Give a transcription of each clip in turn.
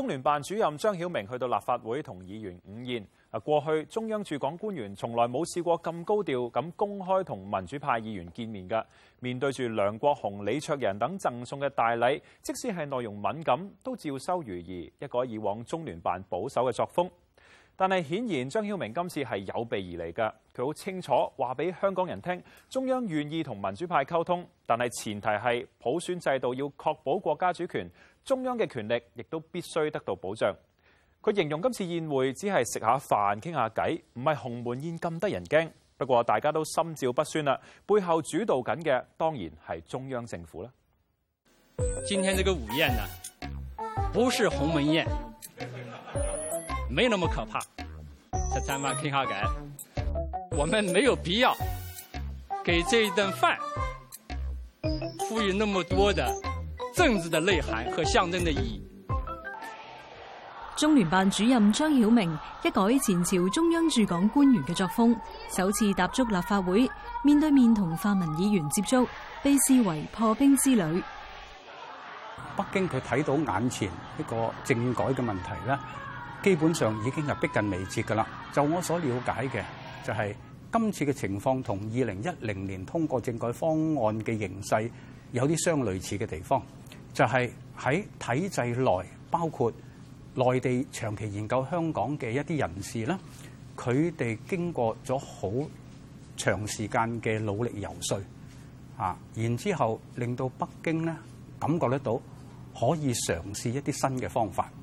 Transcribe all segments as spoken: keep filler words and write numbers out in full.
中聯辦主任張曉明去到立法會同議員午宴。啊，過去中央駐港官員從來冇試過咁高調咁公開同民主派議員見面㗎。面對住梁國雄、李卓人等贈送嘅大禮，即使係內容敏感，都照收如儀，一改以往中聯辦保守嘅作風。但係顯然張曉明今次係有備而嚟㗎，佢好清楚話俾香港人聽，中央願意同民主派溝通，但係前提係普選制度要確保國家主權，中央嘅權力亦都必須得到保障。佢形容今次宴會只係食下飯傾下偈，唔係鴻門宴咁得人驚。不過大家都心照不宣啦，背後主導緊嘅當然係中央政府啦。 今天這個午宴呢，不是鴻門宴，沒那麼可怕。食餐飯傾下偈，我們沒有必要給這一頓飯賦予那麼多的政治的內涵和象徵的意義。 中聯辦主任張曉明一改前朝中央駐港官員嘅作風，首次踏足立法會，面對面同泛民議員接觸，被視為破冰之旅。 北京佢睇到眼前一個政改嘅問題咧，基本上已經係逼近眉睫㗎啦。就我所了解嘅，就係今次嘅情況同二零一零年通過政改方案嘅形勢有啲相類似嘅地方，就係喺體制內，包括內地長期研究香港嘅一啲人士咧，佢哋經過咗好長時間嘅努力游說啊，然之後令到北京咧感覺得到可以嘗試一啲新嘅方法。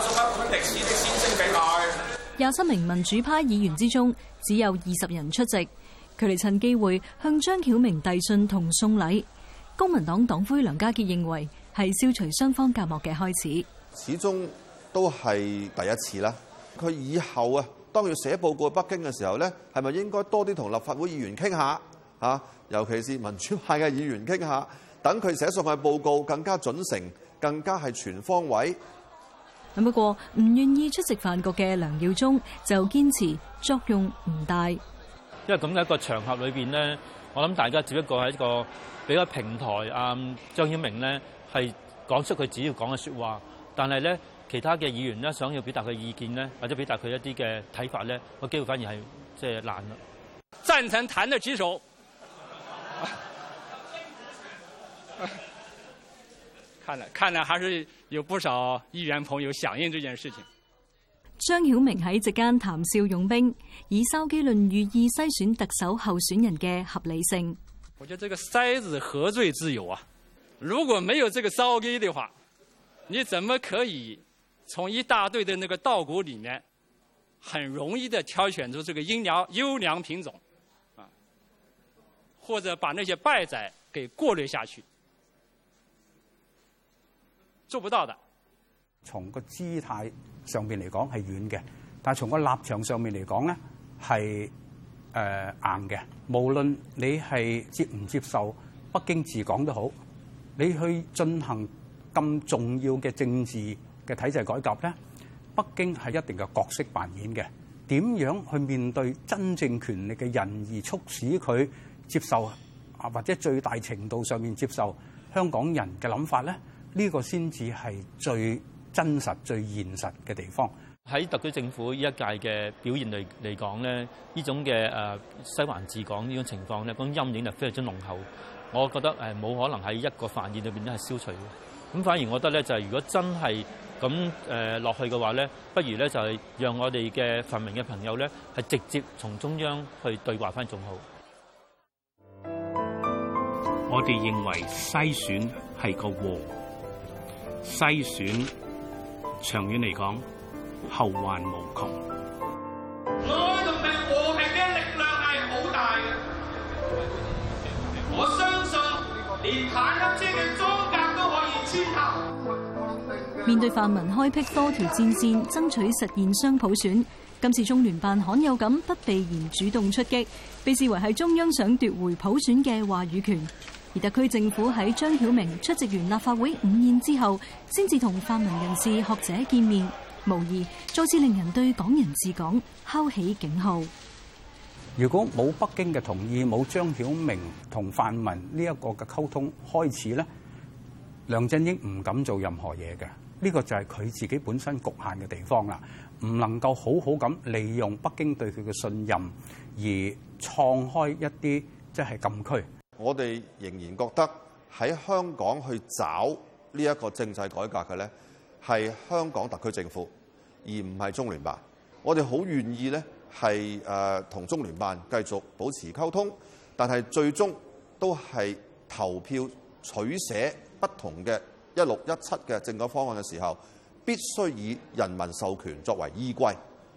廿七名民主派議員之中，只有二十人出席，佢哋趁機會向張曉明遞信同送禮。公民黨黨魁梁家傑認為係消除雙方隔膜嘅開始。 始終都係第一次啦。佢以後啊，當要寫報告去北京嘅時候咧，係咪應該多啲同立法會議員傾下啊？尤其是民主派嘅議員傾下，等佢寫上去報告更加準成，更加係全方位。 不過唔願意出席飯局嘅梁耀忠就堅持作用唔大。因為咁嘅一個場合裏邊咧，我諗大家只不過係一個俾個平台啊，張曉明咧係講出佢自己要講嘅説話，但係咧。其他嘅議員咧，想要表達佢意見咧，或者表達佢一啲嘅睇法咧，個機會反而係即係難啦。 贊成彈的舉手。看來看來還是有不少議員朋友響應這件事情。 張曉明喺席間談笑擁兵，以筲箕論寓意篩選特首候選人嘅合理性。 我覺得這個篩子何罪之有啊？如果沒有這個筲箕的話，你怎麼可以從一大堆的那個稻谷裡面，很容易的挑選出這個優良優良品種，啊，或者把那些敗仔給過濾下去，做不到的。 從個姿態上面嚟講係軟嘅，但係從個立場上面嚟講咧係誒硬嘅。無論你係接唔接受北京治港都好，你去進行咁重要嘅政治嘅體制改革咧，北京係一定嘅角色扮演嘅。點樣去面對真正權力嘅人，而促使佢接受啊，或者最大程度上面接受香港人嘅諗法咧？呢個先至係最真實、最現實嘅地方。 喺特區政府呢一屆嘅表現嚟嚟講咧，呢種嘅誒西環治港呢種情況咧，嗰種陰影就非常之濃厚。我覺得誒冇可能喺一個飯宴裏邊咧係消除嘅。咁反而我覺得咧，就係如果真係咁誒落去嘅話咧，不如咧就係讓我哋嘅泛民嘅朋友咧係直接從中央去對話翻仲好。 我哋認為篩選係個禍，篩選長遠嚟講後患無窮。 愛同埋和平嘅力量係好大嘅，我相信連坦克車嘅裝甲都可以穿透。 面對泛民開闢多條戰線，爭取實現雙普選，今次中聯辦罕有咁不避嫌主動出擊，被視為係中央想奪回普選嘅話語權。而特區政府喺張曉明出席完立法會午宴之後，先至同泛民人士學者見面，無疑再次令人對港人治港敲起警號。 如果冇北京嘅同意，冇張曉明同泛民呢一個嘅溝通開始咧，梁振英唔敢做任何嘢嘅， 呢個就係佢自己本身局限嘅地方啦，唔能夠好好咁利用北京對佢嘅信任而創開一啲即係禁區。 我哋仍然覺得喺香港去找呢一個政制改革嘅咧，係香港特區政府，而唔係中聯辦。我哋好願意咧係誒同中聯辦繼續保持溝通，但係最終都係投票取捨不同嘅一六一七嘅政改方案嘅時候，必須以人民授權作為依歸。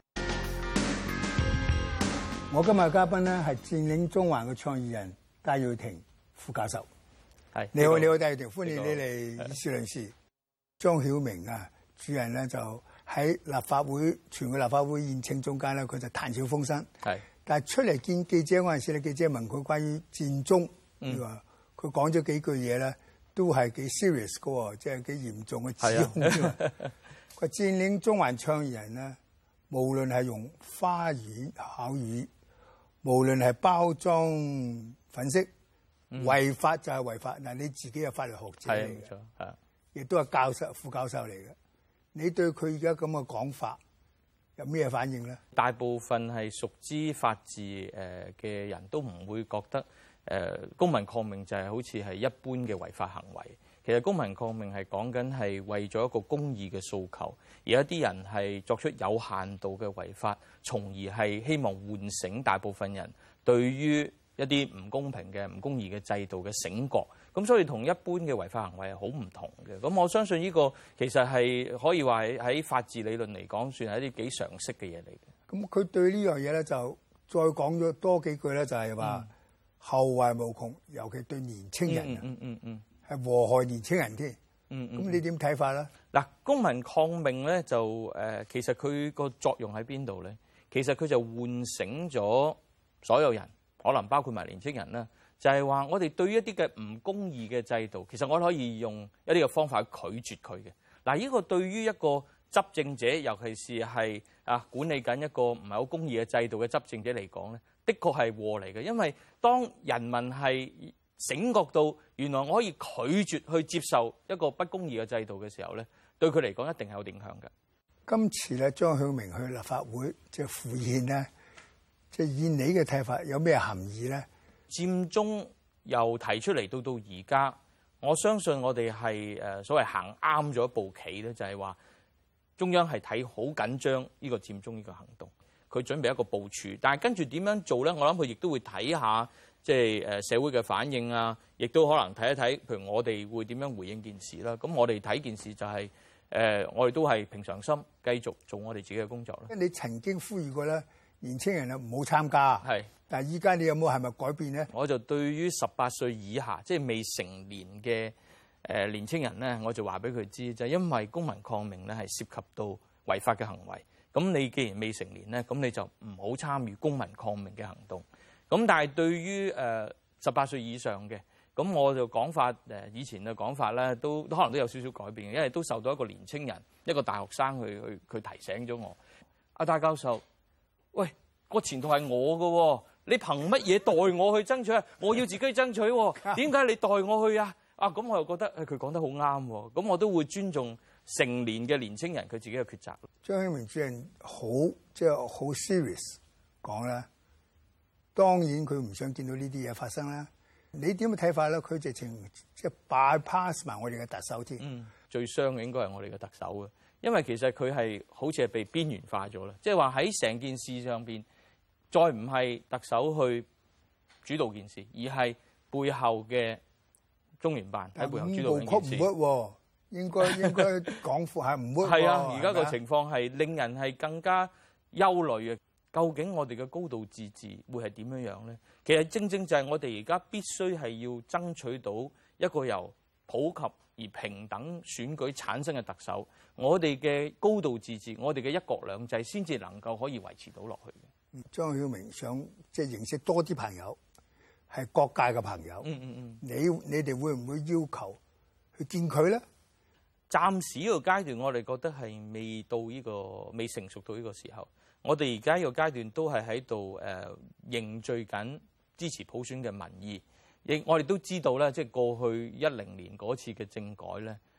我今日嘅嘉賓咧係佔領中環嘅創意人戴耀廷副教授。係，你好，你好，戴耀廷，歡迎你嚟議事論事。張曉明啊，主任咧就喺立法會全個立法會宴請中間咧，佢就談笑風生。係，但係出嚟見記者嗰陣時咧，記者問佢關於佔中，佢話佢講咗幾句嘢咧，都係幾 serious 嘅喎，即係幾嚴重嘅指控。佢佔領中環創意人咧，無論係用花言巧語，無論係包裝粉飾，嗯、違法就係違法。嗱，你自己係法律學者嚟嘅，亦都係教授、副教授嚟嘅。你對佢而家咁嘅講法有咩反應咧？ 大部分係熟知法治誒嘅人都唔會覺得誒、呃、公民抗命就係好似係一般嘅違法行為。其實公民抗命係講緊係為咗一個公義嘅訴求，而一啲人係作出有限度嘅違法，從而係希望喚醒大部分人對於一啲唔公平嘅、唔公義嘅制度嘅醒覺。咁所以同一般嘅違法行為係好唔同嘅。咁我相信呢個其實係可以話喺喺法治理論嚟講，算係一啲幾常識嘅嘢嚟嘅。 咁佢對呢樣嘢咧，就再講咗多幾句咧，就係話後患無窮，尤其對年青人啊。嗯嗯嗯。係禍害年青人添，嗯嗯，咁你點睇法咧？ 嗱，公民抗命咧就誒、呃，其實佢個作用喺邊度咧？其實佢就喚醒咗所有人，可能包括埋年青人啦。就係、是、話我哋對於一啲嘅唔公義嘅制度，其實我哋可以用一啲嘅方法去拒絕佢嘅。嗱，呢個對於一個執政者，尤其是係啊管理緊一個唔係好公義嘅制度嘅執政者嚟講咧，的確係禍嚟嘅，因為當人民係醒覺到原來我可以拒絕去接受一個不公義嘅制度嘅時候咧，對佢嚟講一定係有影響嘅。 今次咧，張曉明去立法會即係赴宴咧，即係以你嘅睇法有咩含義咧？ 佔中由提出嚟到到而家，我相信我哋係誒所謂行啱咗一步棋咧，就係話中央係睇好緊張呢個佔中呢個行動，佢準備一個部署，但係跟住點樣做咧？我諗佢亦都會睇下。即係誒社會嘅反應啊，亦都可能睇一睇，譬如我哋會點樣回應件事啦。咁我哋睇件事就係、是、誒、呃，我哋都係平常心，繼續做我哋自己嘅工作啦。 你曾經呼籲過咧，年青人啊唔好參加。係，但係依家你有冇係咪改變咧？ 我就對於十八歲以下，即係未成年嘅誒年青人咧，我就話俾佢知，就係、是、因為公民抗命咧係涉及到違法嘅行為。咁你既然未成年咧，咁你就唔好參與公民抗命嘅行動。咁但係對於誒十八歲以上嘅，咁我就講法誒以前嘅講法咧，都都可能都有少少改變嘅，因為都受到一個年青人、一個大學生去去佢提醒咗我。阿戴教授，喂，個前途係我嘅，你憑乜嘢代我去爭取啊？我要自己爭取喎，點解你代我去啊？啊，咁我又覺得誒佢講得好啱喎，咁我都會尊重成年嘅年青人佢自己嘅抉擇。 張曉明主任好即係好 serious 講咧。當然佢唔想見到呢啲嘢發生啦。你點嘅睇法咧？佢直情即係 bypass 埋我哋嘅特首添。 嗯，最傷嘅應該係我哋嘅特首嘅，因為其實佢係好似係被邊緣化咗啦。即係話喺成件事上邊，再唔係特首去主導件事，而係背後嘅中聯辦喺背後主導件事。 唔會，應該應該講副係唔會。 係啊，而家個情況係令人係更加憂慮嘅。究竟我哋嘅高度自治會係點樣樣咧？其實正正就係我哋而家必須係要爭取到一個由普及而平等選舉產生嘅特首，我哋嘅高度自治，我哋嘅一國兩制先至能夠可以維持到落去嘅。 張曉明想即係認識多啲朋友，係各界嘅朋友。嗯嗯嗯。你你哋會唔會要求去見佢咧？ 暫時呢個階段，我哋覺得係未到呢個未成熟到呢個時候。我哋而家呢個階段都係喺度誒凝聚緊支持普選嘅民意，亦我哋都知道咧，即係過去一零年嗰次嘅政改咧，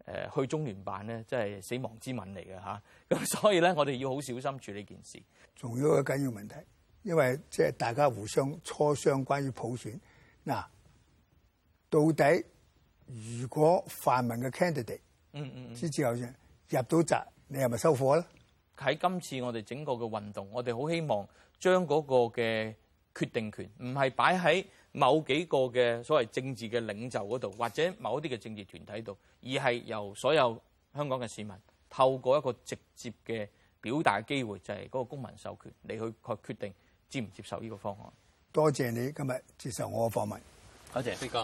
誒去中聯辦咧，真係死亡之吻嚟嘅嚇。咁所以咧，我哋要好小心處理件事。 仲有一個緊要問題，因為即係大家互相磋商關於普選嗱，到底如果泛民嘅 candidate 嗯嗯嗯之之後啫入到閘，你係咪收貨咧？ 喺今次我哋整個嘅運動，我哋好希望將嗰個嘅決定權唔係擺喺某幾個嘅所謂政治嘅領袖嗰度，或者某一啲嘅政治團體度，而係由所有香港嘅市民透過一個直接嘅表達嘅機會，就係嗰個公民授權，你去確決定接唔接受呢個方案。 多謝你今日接受我嘅訪問。 多謝飛哥。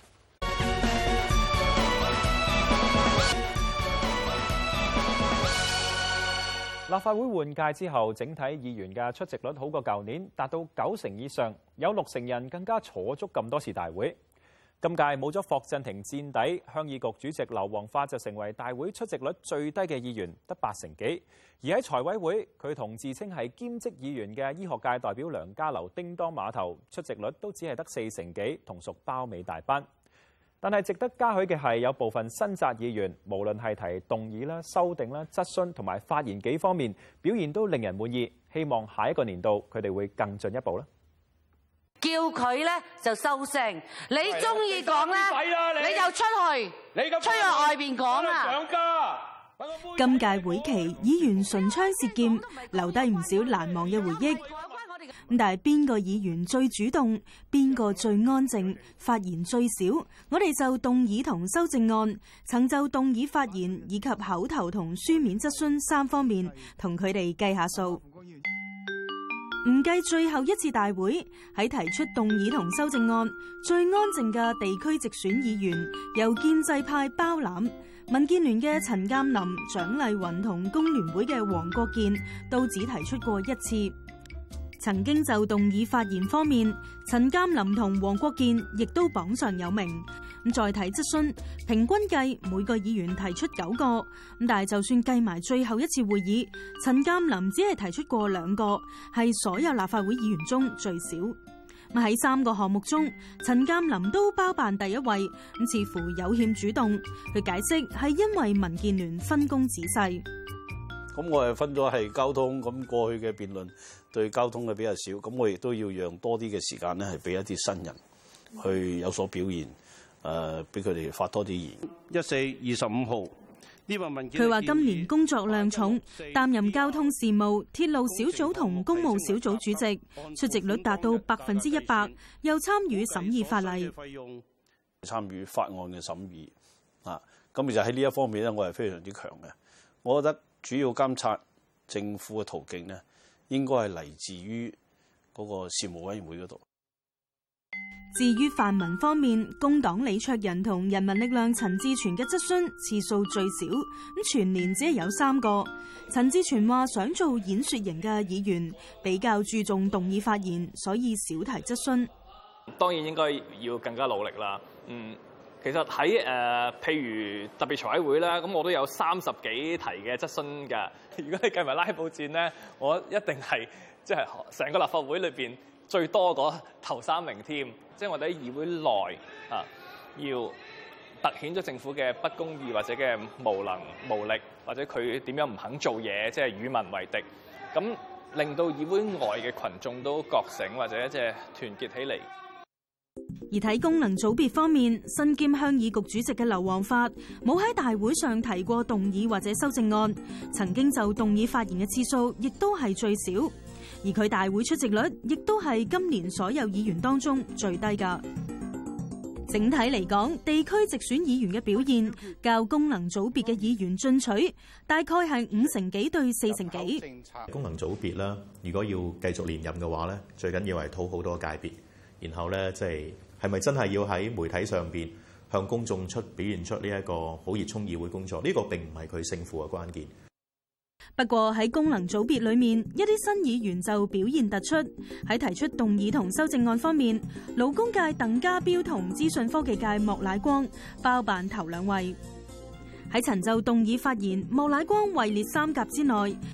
立法會換屆之後，整體議員嘅出席率好過舊年，達到九成以上，有六成人更加坐足咁多次大會。今屆冇咗霍震霆墊底，鄉議局主席劉皇發就成為大會出席率最低嘅議員，得八成幾。而喺財委會，佢同自稱係兼職議員嘅醫學界代表梁家騮叮當碼頭出席率都只係得四成幾，同屬包尾大班。但係值得嘉許嘅係，有部分新紮議員，無論係提動議啦、修訂啦、質詢同埋發言幾方面，表現都令人滿意。希望下一個年度佢哋會更進一步啦。 叫佢咧就收聲，你中意講咧，你就出去，你出去外邊講啊！ 今屆會期，議員唇槍舌劍，留低唔少難忘嘅回憶。咁但係邊個議員最主動，邊個最安靜，發言最少，我哋就動議同修正案，曾就動議發言以及口頭同書面質詢三方面，同佢哋計下數。唔計最後一次大會，喺提出動議同修正案最安靜嘅地區直選議員，由建制派包攬，民建聯嘅陳鑑林、蔣麗芸同工聯會嘅黃國健都只提出過一次。曾經就動議發言方面，陳鑑林同黃國健亦都榜上有名。咁再睇質詢，平均計每個議員提出九個，咁但係就算計埋最後一次會議，陳鑑林只係提出過兩個，係所有立法會議員中最少。咁喺三個項目中，陳鑑林都包辦第一位，咁似乎有欠主動。佢解釋係因為民建聯分工仔細。 咁我係分咗係交通，咁過去嘅辯論對交通嘅比較少，咁我亦都要讓多啲嘅時間咧，係俾一啲新人去有所表現，誒俾佢哋發多啲言。一四二十五號呢份文件， 佢話今年工作量重，擔任交通事務、鐵路小組同公務小組主席，出席率達到百分之一百，又參與審議法例。 參與法案嘅審議啊，咁其實喺呢一方面咧，我係非常之強嘅。我覺得主要監察政府嘅途徑咧，應該係嚟自於嗰個事務委員會嗰度。 至於泛民方面，工黨李卓人同人民力量陳志全嘅質詢次數最少，咁全年只係有三個。陳志全話想做演說型嘅議員，比較注重動議發言，所以少提質詢。 當然應該要更加努力啦。嗯。其實喺誒、呃，譬如特別財委會啦，咁我都有三十幾題嘅質詢㗎。如果你計埋拉布戰咧，我一定係即係成個立法會裏邊最多嗰頭三名添。即係我哋喺議會內啊，要凸顯咗政府嘅不公義或者嘅無能無力，或者佢點樣唔肯做嘢，即係與民為敵，咁令到議會外嘅群眾都覺醒或者即係團結起嚟。 而睇功能組別方面，身兼鄉議局主席嘅劉皇發冇喺大會上提過動議或者修正案，曾經就動議發言嘅次數亦都係最少，而佢大會出席率亦都係今年所有議員當中最低㗎。整體嚟講，地區直選議員嘅表現較功能組別嘅議員進取，大概係五成幾對四成幾。 功能組別啦，如果要繼續連任嘅話咧，最緊要係討好多界別。然後咧，即係係咪真係要喺媒體上邊向公眾出表現出呢一個好熱衷議會工作？呢個並唔係佢勝負嘅關鍵。 不過喺功能組別裏面，一啲新議員就表現突出。喺提出動議同修正案方面，勞工界鄧家彪同資訊科技界莫乃光包辦頭兩位。喺陳就動議發言，莫乃光位列三甲之內。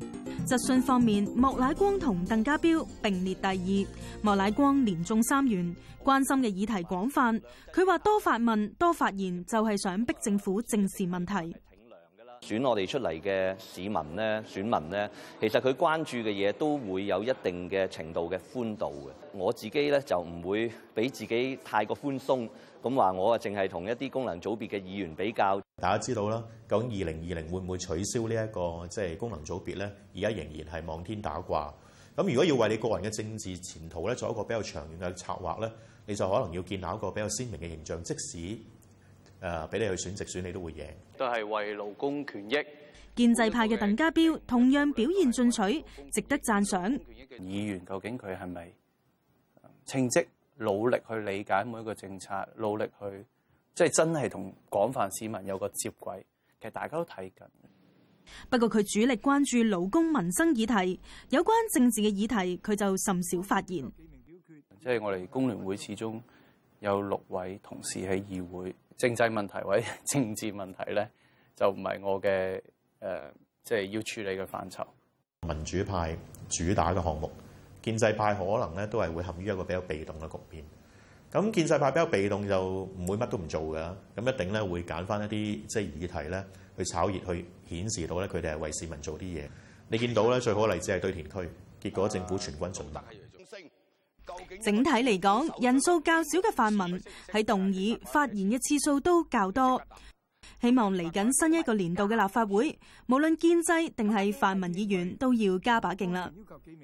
質詢方面，莫乃光同鄧家彪並列第二，莫乃光連中三元，關心嘅議題廣泛。佢話多發問、多發言就係想逼政府正視問題。 選我哋出嚟嘅市民咧、選民咧，其實佢關注嘅嘢都會有一定嘅程度嘅寬度嘅。我自己咧就唔會俾自己太過寬鬆，咁話我啊淨係同一啲功能組別嘅議員比較。 大家知道啦，究竟二零二零會唔會取消呢一個即係功能組別咧？而家仍然係望天打卦。咁如果要為你個人嘅政治前途咧做一個比較長遠嘅策劃咧，你就可能要建立一個比較鮮明嘅形象，即使誒俾你去選直選，你都會贏。 都係為勞工權益。 建制派嘅鄧家彪同樣表現進取，值得讚賞。 議員究竟佢係咪稱職、努力去理解每一個政策，努力去即係真係同廣泛市民有個接軌？其實大家都睇緊。 不過佢主力關注勞工民生議題，有關政治嘅議題佢就甚少發言。 即係我哋工聯會始終有六位同事喺議會，政制問題或者政治問題咧，就唔係我嘅誒，即係要處理嘅範疇。 民主派主打嘅項目，建制派可能咧都係會陷於一個比較被動嘅局面。咁建制派比較被動就唔會乜都唔做㗎，咁一定咧會揀翻一啲即係議題咧去炒熱，去顯示到咧佢哋係為市民做啲嘢。你見到咧最好嘅例子係堆填區，結果政府全軍盡力。 整體嚟講，人數較少嘅泛民喺動議發言嘅次數都較多。希望嚟緊新一個年度嘅立法會，無論建制定係泛民議員都要加把勁啦。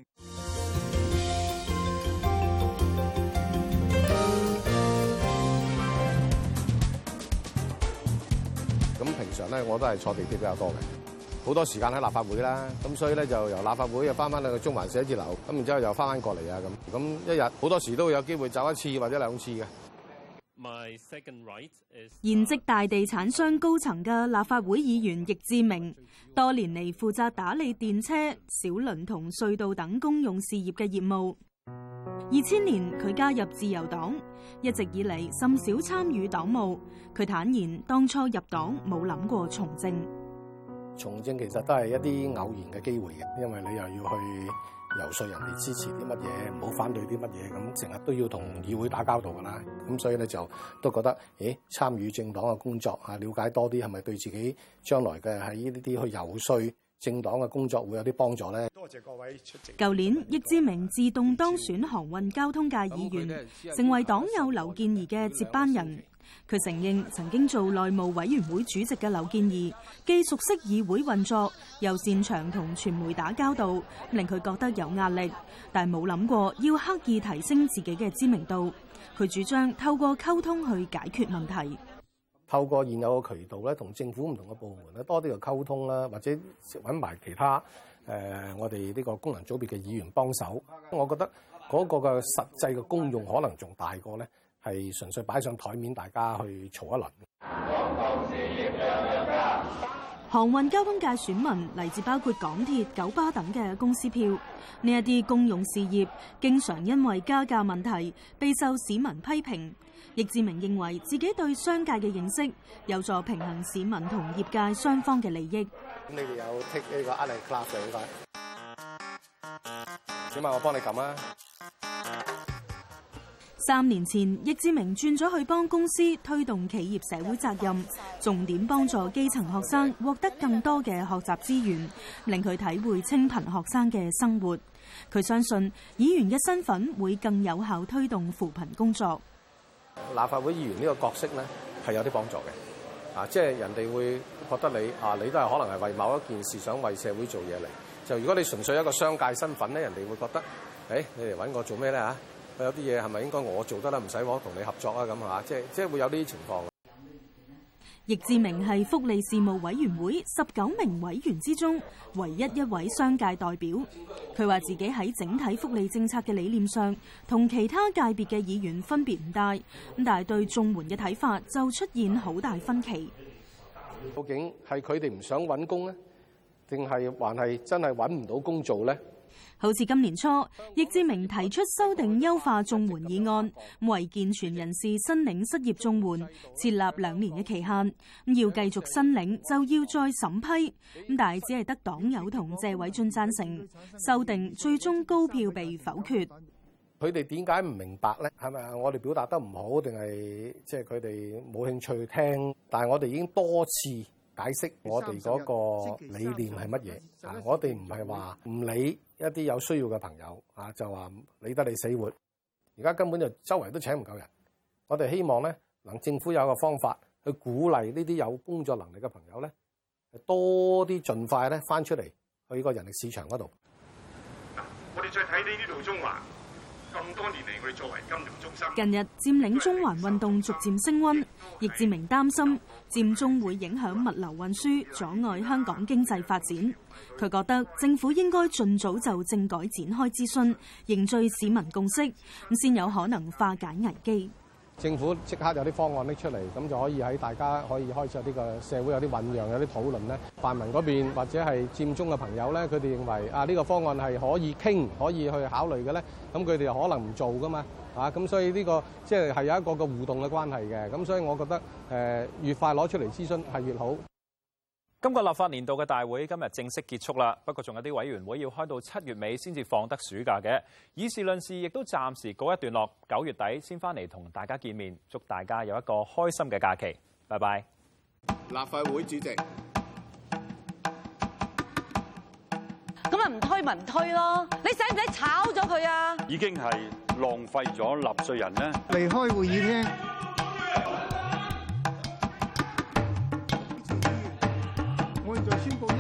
咁平常咧，我都係坐地鐵比較多嘅，好多時間喺立法會啦。咁所以咧就由立法會又翻翻去個中環寫字樓，咁然之後又翻翻過嚟啊咁。咁一日好多時都會有機會走一次或者兩次嘅。 現職大地產商高層嘅立法會議員易志明，多年嚟負責打理電車、小輪同隧道等公用事業嘅業務。二千年佢加入自由黨，一直以嚟甚少參與黨務。佢坦言，當初入黨冇諗過從政。 從政其實都係一啲偶然嘅機會嘅，因為你又要去游說人哋支持啲乜嘢，唔好反對啲乜嘢，咁成日都要同議會打交道㗎啦。咁所以咧就都覺得，誒參與政黨嘅工作啊，了解多啲係咪對自己將來嘅喺呢啲去游說政黨嘅工作會有啲幫助咧？多謝各位出席。 舊年，易志明自動當選航運交通界議員，成為黨友劉健儀嘅接班人。佢承認曾經做內務委員會主席嘅劉健儀，既熟悉議會運作，又擅長同傳媒打交道，令佢覺得有壓力。但冇諗過要刻意提升自己嘅知名度。佢主張透過溝通去解決問題。 透過現有嘅渠道咧，同政府唔同嘅部門咧多啲嘅溝通啦，或者揾埋其他誒、呃、我哋呢個功能組別嘅議員幫手。我覺得嗰個嘅實際嘅功用可能仲大過咧，係純粹擺上台面，大家去嘈一輪。 航運交通界選民嚟自包括港鐵、九巴等嘅公司票，呢一啲公用事業經常因為加價問題備受市民批評。易志明認為自己對商界嘅認識有助平衡市民同業界雙方嘅利益。 咁你哋有 take 呢個壓力 class 嘅應該？點啊？我幫你撳啊！ 三年前，易志明轉咗去幫公司推動企業社會責任，重點幫助基層學生獲得更多嘅學習資源，令佢體會清貧學生嘅生活。佢相信議員嘅身份會更有效推動扶貧工作。 立法會議員呢個角色咧係有啲幫助嘅，啊，即係人哋會覺得你啊，你都係可能係為某一件事想為社會做嘢嚟。就如果你純粹一個商界身份咧，人哋會覺得，誒、哎，你嚟揾我做咩咧嚇？有啲嘢係咪應該我做得啦？唔使我同你合作啊？咁係嘛？即係即係會有呢啲情況。 易志明係福利事務委員會十九名委員之中唯一一位商界代表。佢話自己喺整體福利政策嘅理念上，同其他界別嘅議員分別唔大，咁但係對綜援嘅睇法就出現好大分歧。 究竟係佢哋唔想揾工咧，定係還係真係揾唔到工做咧？ 好似今年初，易志明提出修訂優化綜援議案，為健全人士申領失業綜援設立兩年嘅期限，要繼續申領就要再審批，但係只係得黨友同謝偉俊贊成修訂，最終高票被否決。 佢哋點解唔明白咧？係咪我哋表達得唔好，定係即係佢哋冇興趣聽？但係我哋已經多次解釋我哋嗰個理念係乜嘢啊！我哋唔係話唔理一啲有需要嘅朋友啊，就話理得你死活。而家根本就周圍都請唔夠人。我哋希望咧，能政府有一個方法去鼓勵呢啲有工作能力嘅朋友咧，多啲盡快咧翻出嚟去個人力市場嗰度。 我哋再睇呢呢度中環。咁多年嚟，我哋作為金融中心， 近日佔領中環運動逐漸升溫，易志明擔心佔中會影響物流運輸，阻礙香港經濟發展。佢覺得政府應該盡早就政改展開諮詢，凝聚市民共識，咁先有可能化解危機。 政府即刻有啲方案拎出嚟，咁就可以喺大家可以開始有呢個社會有啲醖釀，有啲討論咧。泛民嗰邊或者係佔中嘅朋友咧，佢哋認為啊呢個方案係可以傾，可以去考慮嘅咧，咁佢哋又可能唔做噶嘛，啊咁所以呢個即係係有一個個互動嘅關係嘅，咁所以我覺得誒越快攞出嚟諮詢係越好。 今個立法年度嘅大會今日正式結束啦，不過仲有啲委員會要開到七月尾先至放得暑假嘅。議事論事亦都暫時告一段落，九月底先翻嚟同大家見面，祝大家有一個開心嘅假期。拜拜。 立法會主席， 咁咪唔推咪唔推咯？你使唔使炒咗佢啊？ 已經係浪費咗納稅人咧。 離開會議廳。我現在宣布。